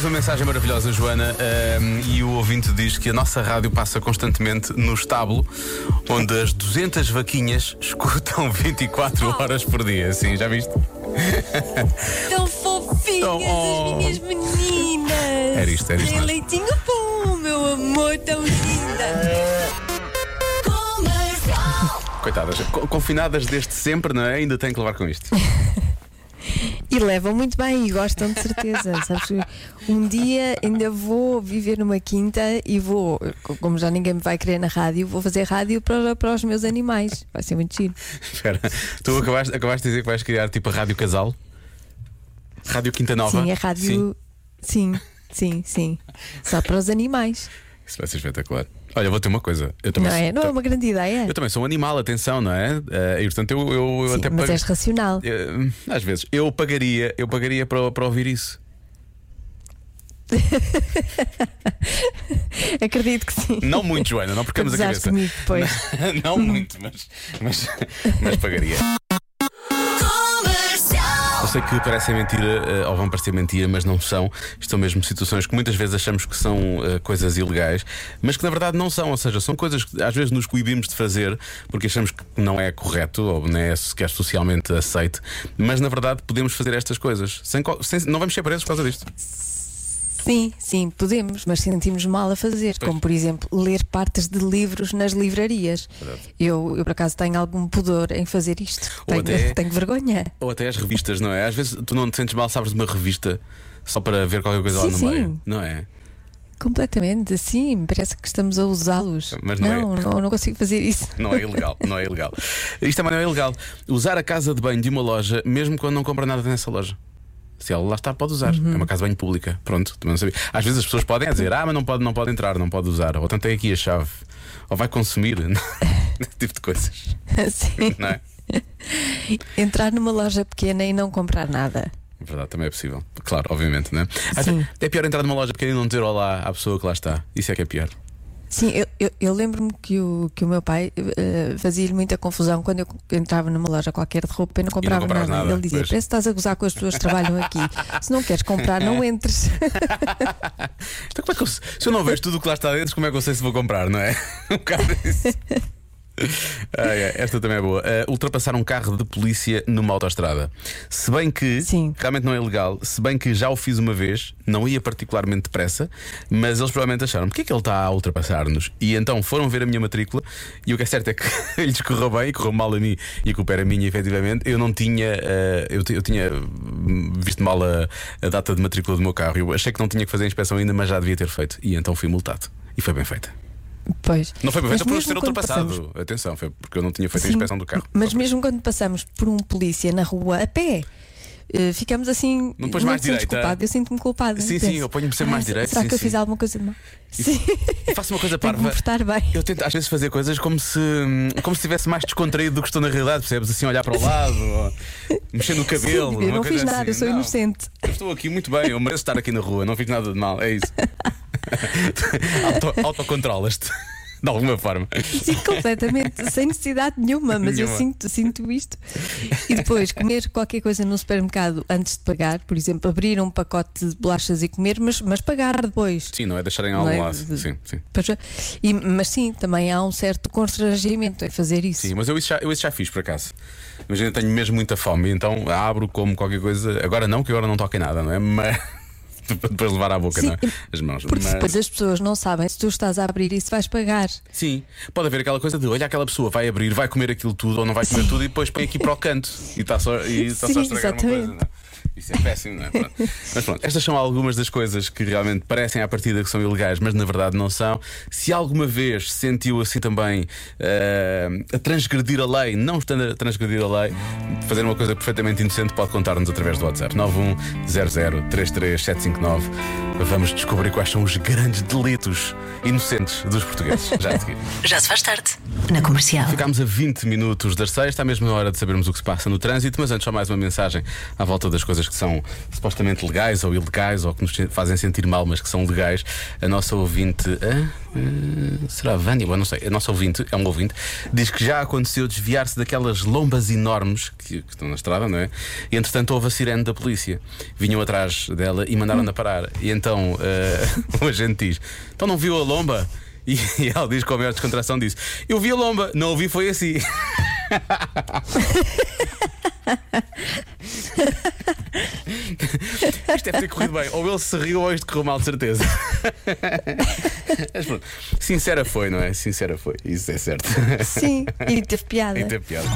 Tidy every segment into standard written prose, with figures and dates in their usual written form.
uma mensagem maravilhosa, Joana, e o ouvinte diz que a nossa rádio passa constantemente no estábulo, onde as 200 vaquinhas escutam 24 horas por dia. Sim, já viste? Tão fofinhas as minhas meninas. Era isto. Tem leitinho bom, meu amor, tão linda. Coitadas, confinadas desde sempre, não é? Ainda têm que levar com isto. E levam muito bem e gostam de certeza. Sabes, um dia ainda vou viver numa quinta e vou, como já ninguém me vai querer na rádio, vou fazer rádio para os meus animais. Vai ser muito giro. Espera, tu acabaste de dizer que vais criar tipo a Rádio Casal? Rádio Quinta Nova? Sim, a rádio. Sim. Só para os animais. Isso vai ser espetacular. Olha, vou ter uma coisa. Eu também não é uma grande ideia. Eu também sou um animal, atenção, não é? E portanto eu sim, até mas és racional. Às vezes eu pagaria para ouvir isso. Acredito que sim. Não muito, Joana, não percamos a cabeça. Comigo depois. Não muito, mas pagaria. Eu sei que parecem mentira, ou vão parecer mentira, mas não são. Estão mesmo situações que muitas vezes achamos que são coisas ilegais, mas que na verdade não são. Ou seja, são coisas que às vezes nos coibimos de fazer porque achamos que não é correto ou não é sequer socialmente aceite. Mas na verdade podemos fazer estas coisas não vamos ser presos por causa disto. Sim, podemos, mas sentimos mal a fazer. Pois. Como por exemplo, ler partes de livros nas livrarias. Eu por acaso tenho algum pudor em fazer isto. Tenho vergonha. Ou até as revistas, não é? Às vezes tu não te sentes mal, sabes, de uma revista só para ver qualquer coisa lá no meio, não é? Completamente, sim, parece que estamos a usá-los. Mas não consigo fazer isso. Não é ilegal. Isto também não é ilegal. Usar a casa de banho de uma loja, mesmo quando não compra nada nessa loja. Se ela lá está, pode usar. É uma casa de banho pública. Pronto, também não sabia. Às vezes as pessoas podem dizer, mas não pode entrar, não pode usar. Ou então tem aqui a chave. Ou vai consumir. Esse tipo de coisas. Sim. Não é? Entrar numa loja pequena e não comprar nada. Verdade, também é possível. Claro, obviamente, não é? Sim. É pior entrar numa loja pequena e não dizer olá à pessoa que lá está. Isso é que é pior. Sim, eu lembro-me que o meu pai fazia-lhe muita confusão quando eu entrava numa loja qualquer de roupa e não comprava nada. Ele dizia: parece que estás a gozar com as pessoas que trabalham aqui. Se não queres comprar, não entres. Então, como é que se eu não vejo tudo o que lá está dentro, como é que eu sei se vou comprar, não é? Um bocado isso. Esta também é boa. Ultrapassar um carro de polícia numa autoestrada. Se bem que realmente não é ilegal. Se bem que já o fiz uma vez. Não ia particularmente depressa, mas eles provavelmente acharam: porque é que ele está a ultrapassar-nos? E então foram ver a minha matrícula. E o que é certo é que lhes correu bem, correu mal a mim e a culpa era minha, efetivamente. Eu não tinha eu tinha visto mal a data de matrícula do meu carro. Eu achei que não tinha que fazer a inspeção ainda, mas já devia ter feito. E então fui multado. E foi bem feita. Pois. Não foi bem feita por ser ultrapassado. Atenção, foi porque eu não tinha feito a inspeção do carro. Mas mesmo quando passamos por um polícia na rua a pé, ficamos assim. Não depois mais direita. Eu sinto-me culpado. Sim, eu ponho-me sempre mais direito. Será que eu fiz alguma coisa de mal? Sim. E faço uma coisa parva. Bem. Eu tento às vezes fazer coisas como se estivesse mais descontraído do que estou na realidade, percebes? Assim, olhar para o lado, ou mexer no cabelo. Eu não fiz nada, eu sou inocente. Eu estou aqui muito bem, eu mereço estar aqui na rua, não fiz nada de mal, é isso. Autocontrolas-te. De alguma forma. Sim, completamente, sem necessidade nenhuma. Mas eu sinto isto. E depois comer qualquer coisa no supermercado antes de pagar. Por exemplo, abrir um pacote de bolachas e comer, mas pagar depois. Sim, não é deixar em algum lado. Sim. Mas sim, também há um certo constrangimento em fazer isso. Sim, mas eu isso já fiz, por acaso. Imagina, tenho mesmo muita fome, então abro, como qualquer coisa. Agora não, que agora não toco em nada, não é? Mas depois levar à boca, não é? As mãos. Porque depois as pessoas não sabem se tu estás a abrir isso, vais pagar. Sim, pode haver aquela coisa de olha, aquela pessoa vai abrir, vai comer aquilo tudo ou não vai comer tudo e depois põe aqui para o canto e está só a estragar uma coisa, não é? Isso é péssimo, não é? Mas pronto, estas são algumas das coisas que realmente parecem à partida que são ilegais, mas na verdade não são. Se alguma vez se sentiu assim também a transgredir a lei, não estando a transgredir a lei, fazer uma coisa perfeitamente inocente, pode contar-nos através do WhatsApp 910033759. Vamos descobrir quais são os grandes delitos inocentes dos portugueses. Já a seguir. Já se faz tarde, na Comercial. Ficámos a 20 minutos das 6, está mesmo na hora de sabermos o que se passa no trânsito, mas antes só mais uma mensagem à volta das coisas que são supostamente legais ou ilegais ou que nos fazem sentir mal, mas que são legais. A nossa ouvinte, será a Vânia? Bom, não sei. A nossa ouvinte, é um ouvinte, diz que já aconteceu desviar-se daquelas lombas enormes que estão na estrada, não é? E entretanto houve a sirene da polícia. Vinham atrás dela e mandaram-na parar. E então então o agente diz: então não viu a lomba? E ela diz com a maior descontração: diz, eu vi a lomba, não ouvi, foi assim. Isto deve ter corrido bem. Ou ele se riu ou isto correu mal, de certeza. Mas, pronto, sincera foi, não é? Sincera foi, isso é certo. Sim, e teve piada. E teve piada.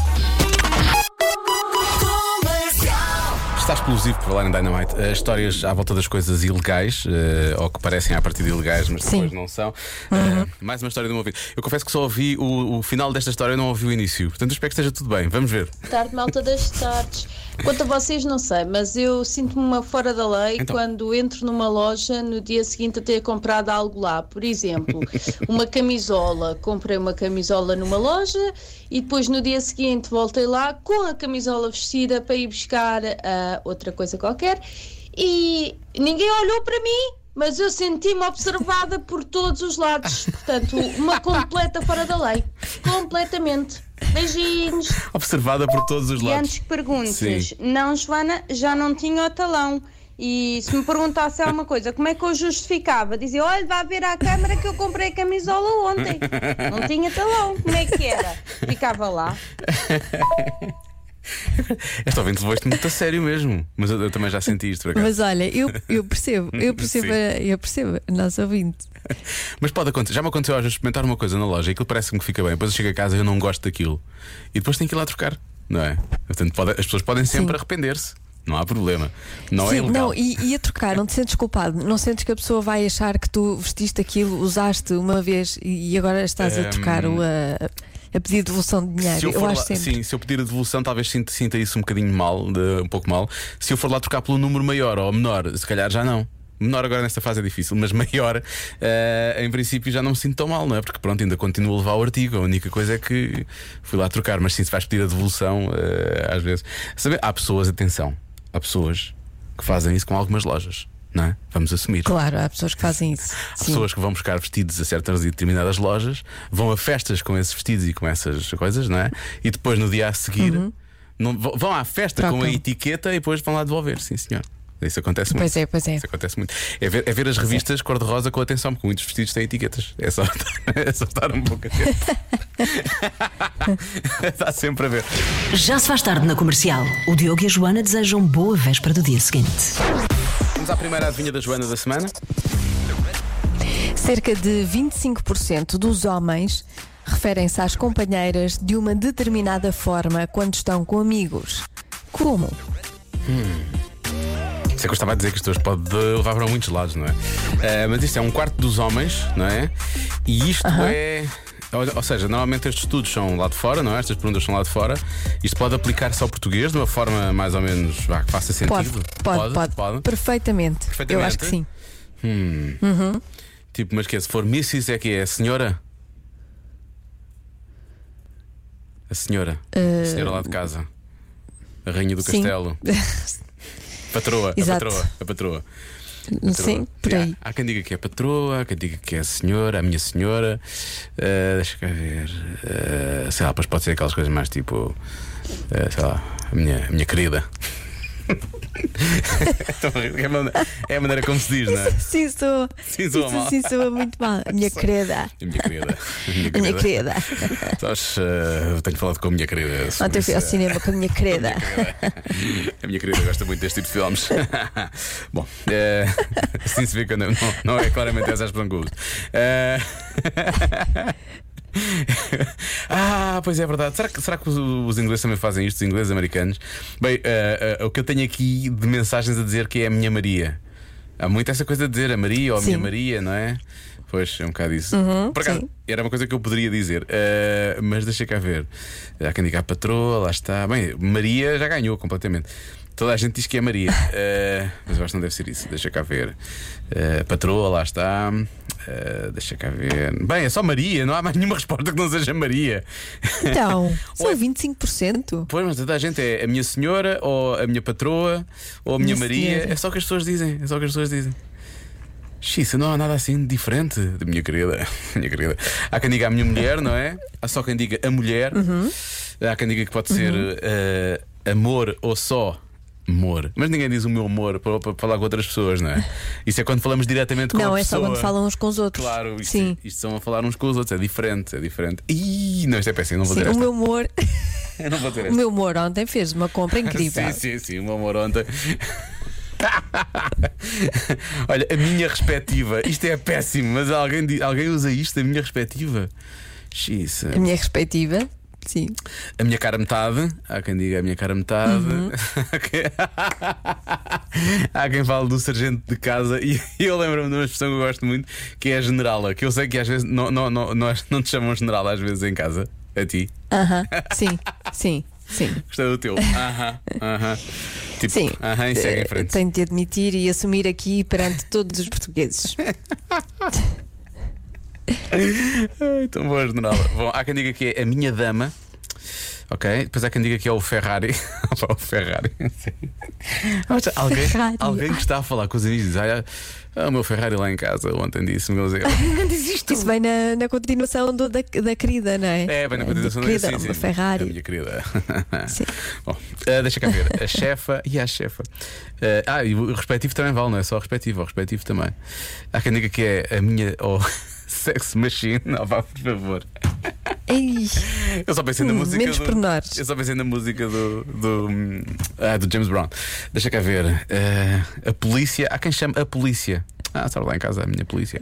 Está explosivo por falar em Dynamite. Histórias à volta das coisas ilegais, ou que parecem à partida ilegais, mas depois não são. Mais uma história de uma vez. Eu confesso que só ouvi o final desta história, não ouvi o início. Portanto, eu espero que esteja tudo bem. Vamos ver. Tarde, malta das tardes. Quanto a vocês, não sei, mas eu sinto-me uma fora da lei quando entro numa loja no dia seguinte a ter comprado algo lá. Por exemplo, uma camisola. Comprei uma camisola numa loja e depois no dia seguinte voltei lá com a camisola vestida para ir buscar outra coisa qualquer e ninguém olhou para mim, mas eu senti-me observada por todos os lados. Portanto, uma completa fora da lei. Completamente. Beijinhos. Observada por todos os lados. E antes que perguntes, não, Joana, já não tinha o talão. E se me perguntasse alguma coisa, como é que eu justificava? Dizia, olha, vá ver à câmara que eu comprei a camisola ontem. Não tinha talão, como é que era? Ficava lá. Esta ouvinte levou isto muito a sério mesmo. Mas eu também já senti isto. Mas olha, eu percebo a nossa ouvinte. Mas pode acontecer, já me aconteceu às vezes experimentar uma coisa na loja e aquilo parece-me que fica bem. Depois eu chego a casa e eu não gosto daquilo. E depois tenho que ir lá trocar, não é? Portanto, as pessoas podem sempre arrepender-se. Não há problema. Não é ilegal. Não, e a trocar, não te sentes culpado. Não sentes que a pessoa vai achar que tu vestiste aquilo, usaste uma vez e agora estás a trocar a pedir devolução de dinheiro. Eu acho sempre. Sim, se eu pedir a devolução, talvez sinta isso um bocadinho mal, um pouco mal. Se eu for lá trocar pelo número maior ou menor, se calhar já não. Menor agora nesta fase é difícil, mas maior, em princípio já não me sinto tão mal, não é? Porque pronto, ainda continuo a levar o artigo. A única coisa é que fui lá trocar. Mas sim, se vais pedir a devolução, às vezes. Há pessoas, atenção, há pessoas que fazem isso com algumas lojas. Não é? Vamos assumir. Claro, há pessoas que fazem isso. Há pessoas que vão buscar vestidos a certas e determinadas lojas, vão a festas com esses vestidos e com essas coisas, não é? E depois no dia a seguir vão à festa com a etiqueta e depois vão lá devolver. Sim, senhor. Isso acontece muito. Pois é. Isso acontece muito. É ver as revistas cor-de-rosa com atenção, porque muitos vestidos têm etiquetas. É só estar um pouco atento. Está sempre a ver. Já se faz tarde na Comercial. O Diogo e a Joana desejam boa véspera do dia seguinte. Vamos à primeira adivinha da Joana da semana. Cerca de 25% dos homens referem-se às companheiras de uma determinada forma quando estão com amigos. Como? Isso é que eu estava a dizer, que isto hoje pode levar para muitos lados, não é? Mas isto é um quarto dos homens, não é? E isto é. Ou seja, normalmente estes estudos são lá de fora, não é? Estas perguntas são lá de fora. Isto pode aplicar-se ao português de uma forma mais ou menos que faça sentido? Pode. Perfeitamente. Eu acho que sim. Tipo, mas que é? Se for Mrs. é que é a senhora? A senhora. A senhora lá de casa. A rainha do castelo. Patroa, a patroa. Sim, por aí. Há quem diga que é patroa, há quem diga que é a senhora, a minha senhora. Deixa cá ver. Sei lá, depois pode ser aquelas coisas mais tipo. Sei lá, a minha querida. É a maneira como se diz, não é? Sim, soa. Sim, soa muito mal. A minha querida. A minha querida. Tenho falado com a minha querida. Ontem fui ao cinema com a minha querida. A minha querida gosta muito deste tipo de filmes. Bom, assim se vê que não é claramente essa a expressão que eu uso. Pois é verdade. Será que os ingleses também fazem isto? Os ingleses americanos? Bem, o que eu tenho aqui de mensagens a dizer que é a minha Maria. Há muito essa coisa de dizer a Maria ou a minha Maria, não é? Pois, é um bocado isso. Por acaso, era uma coisa que eu poderia dizer, mas deixa cá ver. Há quem diga a patroa, lá está. Bem, Maria já ganhou completamente. Toda a gente diz que é Maria, mas eu acho que não deve ser isso. Deixa cá ver. Patroa, lá está. Deixa cá ver. Bem, é só Maria, não há mais nenhuma resposta que não seja Maria. Então, são 25%. Pois, mas toda a gente é a minha senhora, ou a minha patroa, ou a minha Maria. Senhora. É só o que as pessoas dizem. Xiça, não há nada assim diferente da minha querida. Há quem diga a minha mulher, não é? Há só quem diga a mulher. Há quem diga que pode ser amor ou só Amor. Mas ninguém diz o meu amor para falar com outras pessoas, não é? Isso é quando falamos diretamente com a pessoa. Não, é só quando falam uns com os outros. Claro, Sim. Isto são a falar uns com os outros. É diferente. Ih, não, isto é péssimo. Não vou Sim, ter esta. o meu amor. Eu não vou ter O esta. meu amor ontem fez uma compra incrível. Sim, o meu amor ontem. Olha, a minha respectiva. Isto é péssimo, mas alguém usa isto, a minha respectiva. Xisa. A minha respectiva. Sim. A minha cara metade. Há quem diga a minha cara metade. Há quem fale do sargento de casa. E eu lembro-me de uma expressão que eu gosto muito, que é a generala. Que eu sei que às vezes nós não te chamamos general às vezes em casa. A ti. Sim. Gostei do teu. Tipo, sim. E segue em frente. Tenho de admitir e assumir aqui perante todos os portugueses. Ai, tão boa, general. Bom, há quem diga que é a minha dama. Ok, depois há quem diga que é o Ferrari. O Ferrari. Alguém que está a falar com os amigos diz: o meu Ferrari lá em casa ontem disse-me. Isso vem na continuação da querida, não é? É, vem na continuação da querida, sim. Ferrari. A minha querida. Sim. Bom, deixa cá ver. A chefa e a chefa. E o respectivo também vale, não é só o respectivo também. Há quem diga que é a minha. Sex Machine, não vá, por favor. Ei, eu só pensei na música. Menos pormenores. Eu só pensei na música do James Brown. Deixa cá ver. A polícia. Há quem chame a polícia. Está lá em casa a minha polícia.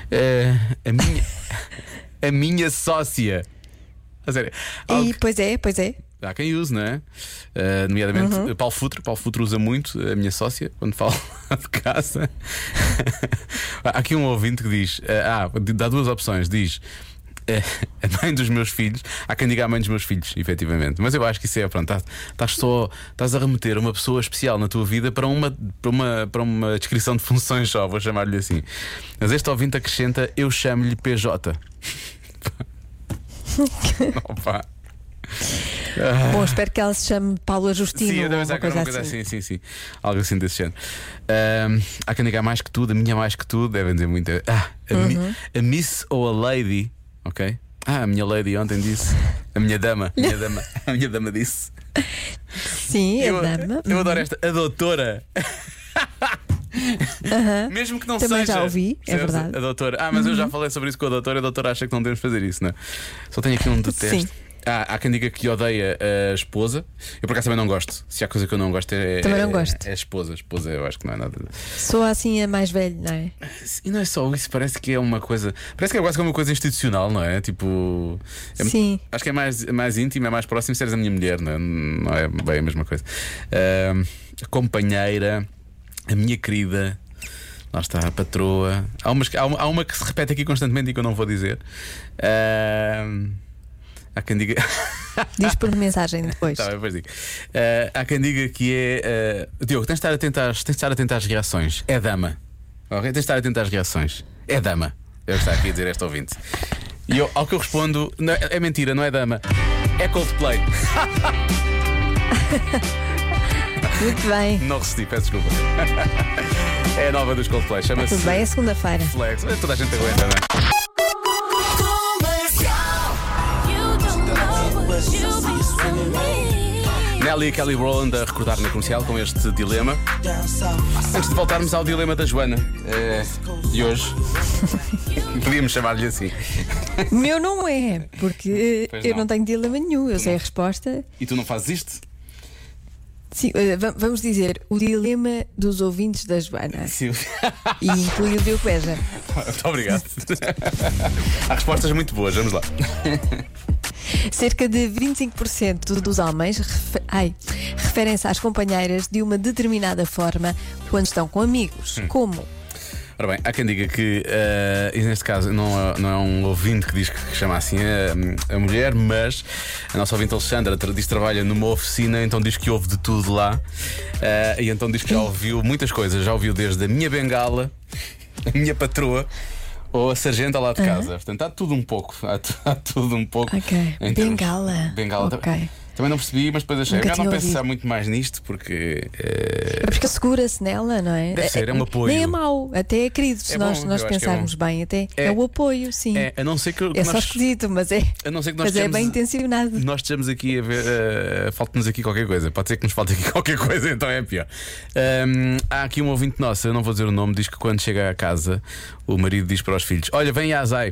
A minha sócia. A sério. Pois é. Há quem use, não é? Nomeadamente Paulo Futre usa muito a minha sócia quando fala de casa. Há aqui um ouvinte que diz: dá duas opções. Diz a mãe dos meus filhos. Há quem diga a mãe dos meus filhos, efetivamente. Mas eu acho que isso é, pronto, estás a remeter uma pessoa especial na tua vida para uma descrição de funções só, vou chamar-lhe assim. Mas este ouvinte acrescenta: eu chamo-lhe PJ. Opa. Bom, espero que ela se chame Paula Justino. Sim, deve ser alguma coisa assim. Sim. Algo assim desse género. Há quem diga mais que tudo, a minha mais que tudo. Devem dizer muito. A Miss ou a Lady. Ok? A minha Lady ontem disse. A minha dama. A minha dama disse. Sim, a dama. Eu adoro esta. A doutora. Mesmo que não também seja. já ouvi, é verdade. A doutora. Mas eu já falei sobre isso com a doutora. A doutora acha que não devemos fazer isso, não é? Só tenho aqui um detesto. Sim. Há quem diga que odeia a esposa. Eu por acaso também não gosto. Se há coisa que eu não gosto também não gosto. É a esposa. A esposa eu acho que não é nada. Sou assim a mais velha, não é? E não é só isso, parece que é uma coisa. Parece que é quase como uma coisa institucional, não é? Tipo. Sim. Acho que é mais íntimo, é mais próximo se eres a minha mulher, não é? Não é bem a mesma coisa. A companheira, a minha querida. Lá está, a patroa. Há uma que se repete aqui constantemente e que eu não vou dizer. Há quem diga. Diz por mensagem depois. Tá, depois digo. Há quem diga que é. Diogo, tens de estar atento às reações. É dama. Okay? Tens de estar atento às reações. É dama. Eu estou aqui a dizer este ouvinte. E ao que eu respondo: não, é mentira, não é dama. É Coldplay. Muito bem. Não resisti, peço desculpa. É a nova dos Coldplay. Chama-se. Tudo bem, é segunda-feira. Flex. Toda a gente aguenta, não é? Nelly e Kelly Rowland a recordar na comercial com este dilema. Antes de voltarmos ao dilema da Joana de hoje, podíamos chamar-lhe assim. Meu não é, porque eu não tenho dilema nenhum, eu sei a resposta. E tu não fazes isto? Sim, vamos dizer o dilema dos ouvintes da Joana. Sim. E inclui o Diogo Beja. Muito obrigado. Há respostas muito boas, vamos lá. Cerca de 25% dos homens referem-se às companheiras de uma determinada forma quando estão com amigos. Como? Ora bem, há quem diga que, e neste caso não é um ouvinte que diz que chama assim a mulher, mas a nossa ouvinte Alexandra diz que trabalha numa oficina, então diz que ouve de tudo lá. E então diz que já ouviu muitas coisas. Já ouviu desde a minha bengala, a minha patroa ou a sargenta lá de casa. Portanto, há tudo um pouco. Há tudo um pouco. Ok. Bengala. Bengala. Okay. Também não percebi, mas depois achei. Nunca Eu não tinha pensar ouvido. muito mais nisto porque. É porque segura-se nela, não é? Deve ser, é um apoio. Nem é mau, até é querido, se É nós, bom, nós eu acho que é pensarmos bem, até é o apoio, sim. É, a não ser que É só esquisito, mas é, a não ser que nós mas é bem intencionado. Nós estejamos aqui a ver. Falta-nos aqui qualquer coisa. Pode ser que nos falte aqui qualquer coisa, então é pior. Há aqui um ouvinte nosso, eu não vou dizer o nome, diz que quando chega à casa, o marido diz para os filhos: olha, vem a Azai.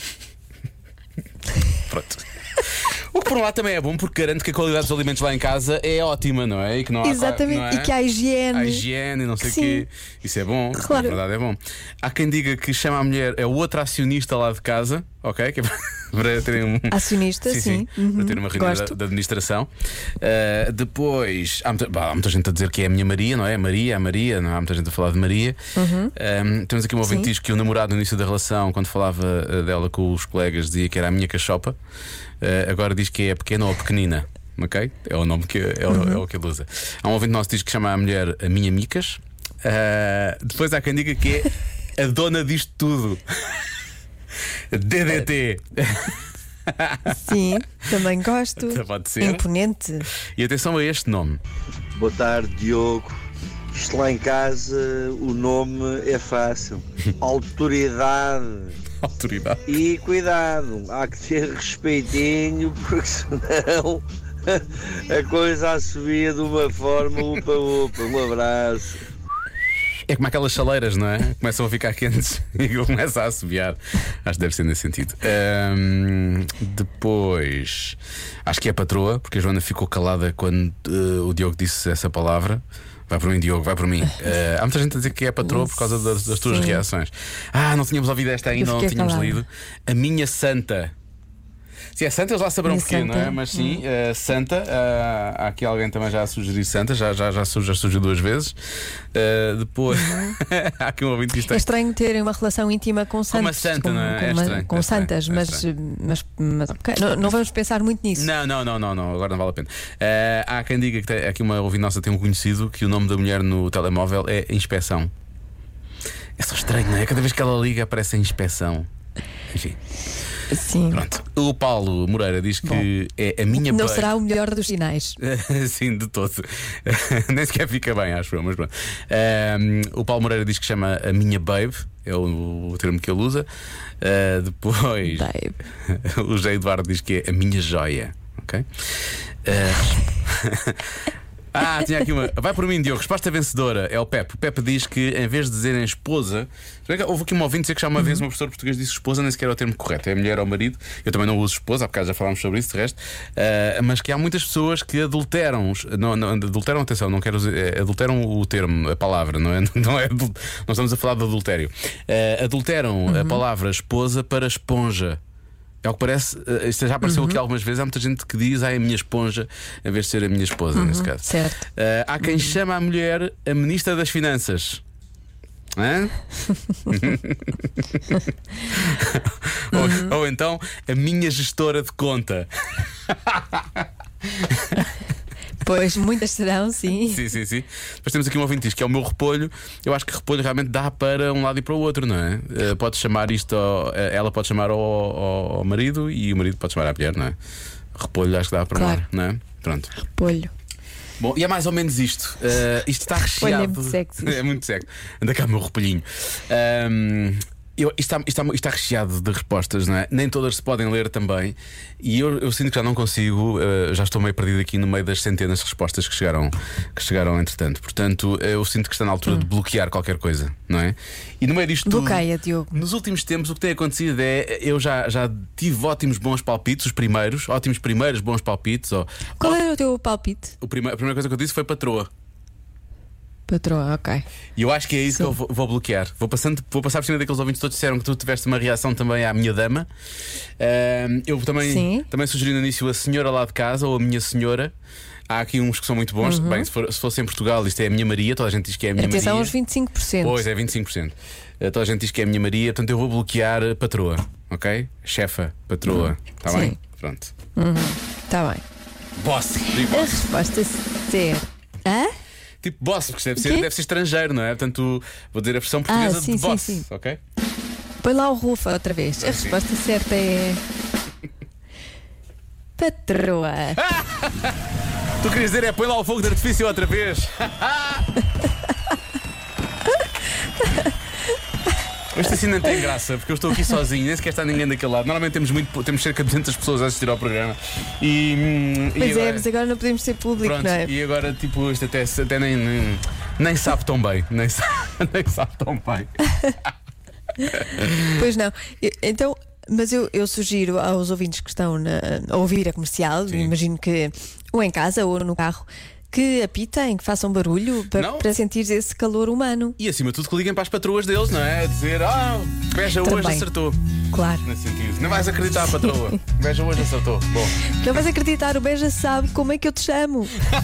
Pronto. O que por um lado também é bom porque garante que a qualidade dos alimentos lá em casa é ótima, não é? E que não há, Exatamente, não é? e que há higiene. Há higiene e não sei o Sim. quê. Isso é bom, Claro. na verdade é bom. Há quem diga que chama a mulher, é o outro acionista lá de casa, ok? Que é para terem um. Acionista, sim. Para ter uma reunião Gosto. de administração. Depois, há muita gente a dizer que é a minha Maria, não é? A Maria, não há muita gente a falar de Maria. Temos aqui um ouvinte que diz que o namorado no início da relação, quando falava dela com os colegas, dizia que era a minha cachopa. Agora diz que é pequena ou pequenina, ok? É o nome que é o que ele usa. Há um ouvinte nosso que diz que chama a mulher a minha Micas. Depois há quem diga que é a dona disto tudo. DDT. Sim, também gosto. Pode ser. Imponente. E atenção a este nome. Boa tarde, Diogo. Isto lá em casa, o nome é fácil. Autoridade. Autoridade. E cuidado, há que ter respeitinho, porque senão a coisa assobia de uma forma upa-upa. Um abraço. É como aquelas chaleiras, não é? Começam a ficar quentes e começa a assobiar. Acho que deve ser nesse sentido. Depois, acho que é patroa, porque a Joana ficou calada quando o Diogo disse essa palavra. Vai por mim, Diogo, vai por mim. Há muita gente a dizer que é patroa por causa das tuas reações. Não tínhamos ouvido esta ainda, não tínhamos lido. A minha santa. Se é Santa, eles lá saberão porquê, não é? Mas sim, Santa. Há aqui alguém também já a sugerir Santa, já surgiu 2 vezes. Depois, há aqui um ouvinte que está. É estranho terem uma relação íntima com santos. Uma santa, não é? É estranho, com é santas, estranho, mas ok, não vamos pensar muito nisso. Não, agora não vale a pena. Há quem diga que aqui uma ouvinte nossa tem um conhecido que o nome da mulher no telemóvel é Inspeção. É só estranho, não é? Cada vez que ela liga aparece a Inspeção. Enfim. Sim. Pronto. O Paulo Moreira diz que é a minha Não babe. será o melhor dos sinais. Sim, de todo. Nem sequer fica bem, acho eu, mas pronto. O Paulo Moreira diz que chama a minha babe, é o termo que ele usa. Depois Babe. o José Eduardo diz que é a minha joia, ok? Tinha aqui uma. Vai por mim, Diogo. Resposta vencedora é o Pepe. O Pepe diz que em vez de dizerem esposa. Houve aqui um ouvinte dizer que já uma vez uma professora portuguesa disse esposa, nem sequer é o termo correto. É mulher ou marido. Eu também não uso esposa, há bocado já falámos sobre isso, de resto. Mas que há muitas pessoas que adulteram. Não adulteram, atenção, não quero dizer. Adulteram o termo, a palavra, não é? Não estamos a falar de adultério. Adulteram a palavra esposa para esponja. É o que parece, isto já apareceu aqui algumas vezes. Há muita gente que diz é a minha esponja em vez de ser a minha esposa, nesse caso. Certo. Há quem chama a mulher a ministra das Finanças. Hã? ou então a minha gestora de conta. Pois, muitas serão, sim. Sim. Depois temos aqui um ouvinte que diz que é o meu repolho. Eu acho que repolho realmente dá para um lado e para o outro, não é? Pode chamar isto, ela pode chamar ao marido e o marido pode chamar à mulher, não é? Repolho acho que dá para Claro. não é? Pronto. Repolho. Bom, e é mais ou menos isto. Isto está recheado. Repolho é muito sexy. É muito sexy. Anda cá, meu repolhinho. Isto está recheado de respostas, não é? Nem todas se podem ler também. E eu sinto que já não consigo. Já estou meio perdido aqui no meio das centenas de respostas que chegaram entretanto. Portanto, eu sinto que está na altura de bloquear qualquer coisa, não é? E no meio disto tudo, Bloqueia, Diogo. nos últimos tempos o que tem acontecido é eu já tive ótimos bons palpites, ótimos primeiros bons palpites. Qual era o teu palpite? A primeira coisa que eu disse foi patroa. Patroa, ok. E eu acho que é isso que eu vou bloquear. Vou passar por cima daqueles ouvintes que todos disseram que tu tiveste uma reação também à minha dama. Eu também sugeri no início a senhora lá de casa ou a minha senhora. Há aqui uns que são muito bons. Bem, se fosse em Portugal, isto é a minha Maria. Toda a gente diz que é a minha Atenção Maria. aos 25%. Pois é, 25%. Toda a gente diz que é a minha Maria. Portanto, eu vou bloquear patroa, ok? Chefa, patroa. Está Sim. bem? Pronto. Está bem. Boss. A resposta certa. Hã? Tipo boss, porque deve ser estrangeiro, não é? Portanto, vou dizer a versão portuguesa sim, de boss, sim. ok? Põe lá o Rufa outra vez. A resposta certa é patroa. Tu querias dizer põe lá o fogo de artifício outra vez. Isto assim não tem graça, porque eu estou aqui sozinho, nem sequer está ninguém daquele lado. Normalmente temos cerca de 200 pessoas a assistir ao programa. Mas agora não podemos ser público, pronto, não é? E agora, tipo, isto até nem sabe tão bem. Nem sabe tão bem. Pois não. Então, mas eu sugiro aos ouvintes que estão a ouvir a comercial, imagino que ou em casa ou no carro, que apitem, que façam barulho para sentir esse calor humano. E acima de tudo que liguem para as patroas deles, não é? A dizer, Beja também. Hoje acertou. Claro. Nesse sentido. Não vais acreditar, patroa. Beja hoje acertou. Bom. Não vais acreditar, o Beja sabe como é que eu te chamo.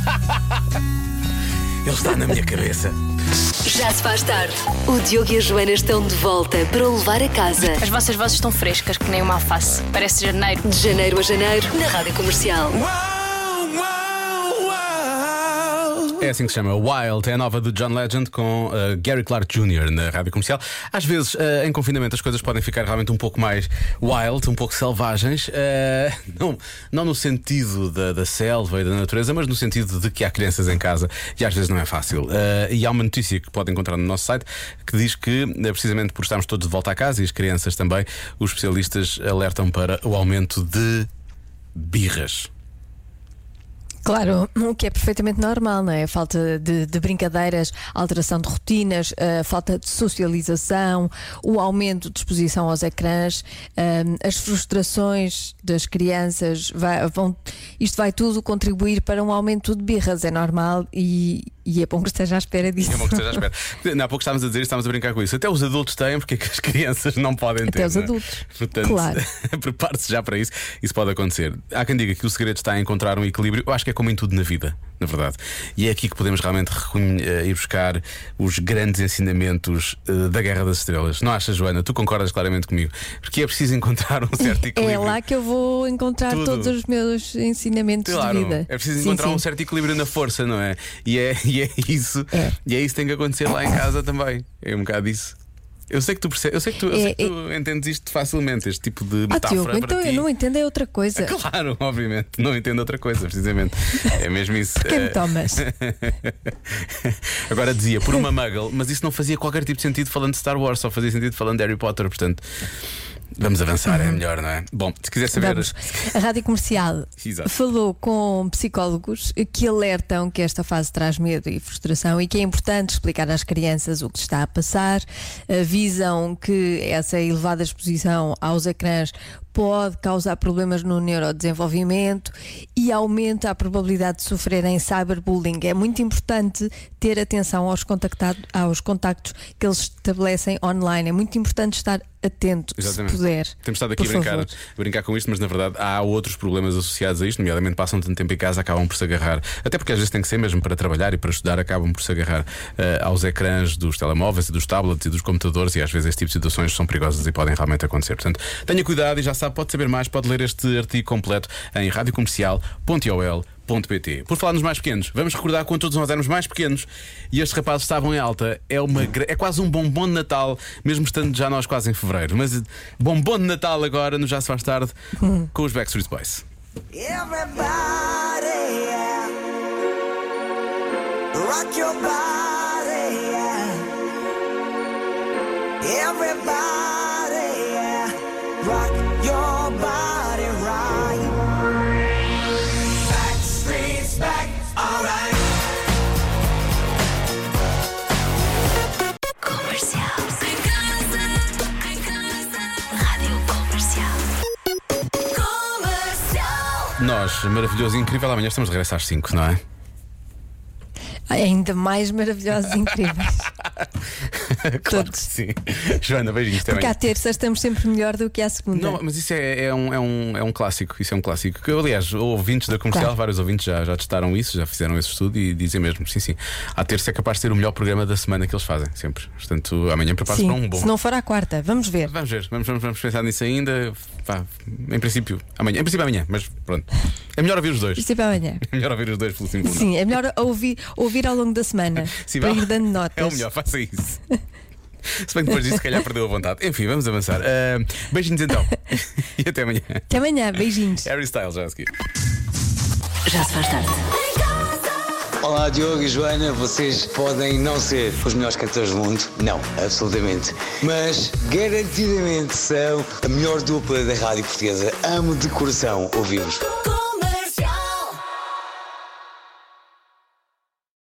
Ele está na minha cabeça. Já se faz tarde. O Diogo e a Joana estão de volta para o levar a casa. As vossas vozes estão frescas, que nem uma alface. Parece janeiro. De janeiro a janeiro, na Rádio Comercial. É assim que se chama Wild, é a nova de John Legend com Gary Clark Jr. na Rádio Comercial. Às vezes, em confinamento, as coisas podem ficar realmente um pouco mais wild, um pouco selvagens. Não no sentido da selva e da natureza, mas no sentido de que há crianças em casa e às vezes não é fácil. E há uma notícia que podem encontrar no nosso site que diz que, precisamente por estarmos todos de volta à casa e as crianças também, os especialistas alertam para o aumento de birras. Claro, o que é perfeitamente normal, não é? A falta de brincadeiras, a alteração de rotinas, a falta de socialização, o aumento de exposição aos ecrãs, as frustrações das crianças, isto vai tudo contribuir para um aumento de birras, é normal e é bom que esteja à espera disso. É bom que esteja à espera. Há pouco estávamos a brincar com isso. Até os adultos têm, porque é que as crianças não podem ter? Até os adultos. Portanto, claro. Prepare-se já para isso. Isso pode acontecer. Há quem diga que o segredo está em encontrar um equilíbrio. Eu acho que é como em tudo na vida, na verdade. E é aqui que podemos realmente ir buscar os grandes ensinamentos da Guerra das Estrelas. Não achas, Joana? Tu concordas claramente comigo? Porque é preciso encontrar um certo equilíbrio. É lá que eu vou encontrar todos os meus ensinamentos de vida. É preciso encontrar um certo equilíbrio na força, não é? E é isso. E é isso que tem que acontecer lá em casa também. É um bocado isso. Eu sei que tu percebes, eu sei que tu entendes isto facilmente, este tipo de metáfora. Diogo, então eu não entendo é outra coisa. Claro, obviamente, não entendo outra coisa, precisamente. É mesmo isso. Por que me tomas? Agora dizia, por uma muggle, mas isso não fazia qualquer tipo de sentido falando de Star Wars, só fazia sentido falando de Harry Potter, portanto. Vamos avançar, é melhor, não é? Bom, se quiser saber. A Rádio Comercial falou com psicólogos que alertam que esta fase traz medo e frustração e que é importante explicar às crianças o que está a passar. Avisam que essa elevada exposição aos ecrãs pode causar problemas no neurodesenvolvimento e aumenta a probabilidade de sofrerem cyberbullying. É muito importante ter atenção aos contactos que eles estabelecem online. É muito importante estar atento, se puder. Temos estado aqui a brincar com isto, mas na verdade há outros problemas associados a isto, nomeadamente passam tanto tempo em casa, acabam por se agarrar, até porque às vezes tem que ser mesmo para trabalhar e para estudar, acabam por se agarrar aos ecrãs dos telemóveis e dos tablets e dos computadores, e às vezes este tipo de situações são perigosas e podem realmente acontecer. Portanto, tenha cuidado e já sabe, pode saber mais, pode ler este artigo completo em radiocomercial.ol.pt. Por falar nos mais pequenos, vamos recordar quando todos nós éramos mais pequenos e estes rapazes estavam em alta. É quase um bombom de Natal, mesmo estando já nós quase em fevereiro. Mas bombom de Natal agora, no Já Se Faz Tarde, com os Backstreet Boys. Everybody, yeah. Rock your body, yeah. Everybody, yeah. Rock your body right. Backstreet's back, alright. Comercial. Em casa. Rádio Comercial. Nós, maravilhoso e incrível, amanhã estamos de regresso às 5, não é? Ainda mais maravilhosos e incríveis. Claro Todos. que sim. Joana, beijinhos também. Porque à terça estamos sempre melhor do que à segunda. Não, mas isso é um clássico. Isso é um clássico. Que, aliás, ouvintes da comercial, claro. Vários ouvintes já testaram isso, já fizeram esse estudo e dizem mesmo: sim. À terça é capaz de ser o melhor programa da semana que eles fazem, sempre. Portanto, amanhã prepara-se para um bom. Se não for à quarta, vamos ver. Vamos pensar nisso ainda. Em princípio, amanhã, mas pronto. É melhor ouvir os dois. Princípio amanhã. É melhor ouvir os dois pelo simples. Sim, é melhor ouvir ao longo da semana. Sim, para ir dando notas. É o melhor, faça isso. Se bem que depois disso, se calhar perdeu a vontade. Enfim, vamos avançar. Beijinhos então. E até amanhã. Até amanhã, beijinhos. Harry Styles, já a seguir. Já se faz tarde. Olá, Diogo e Joana, vocês podem não ser os melhores cantores do mundo, não, absolutamente, mas garantidamente são a melhor dupla da rádio portuguesa. Amo de coração ouvir-vos.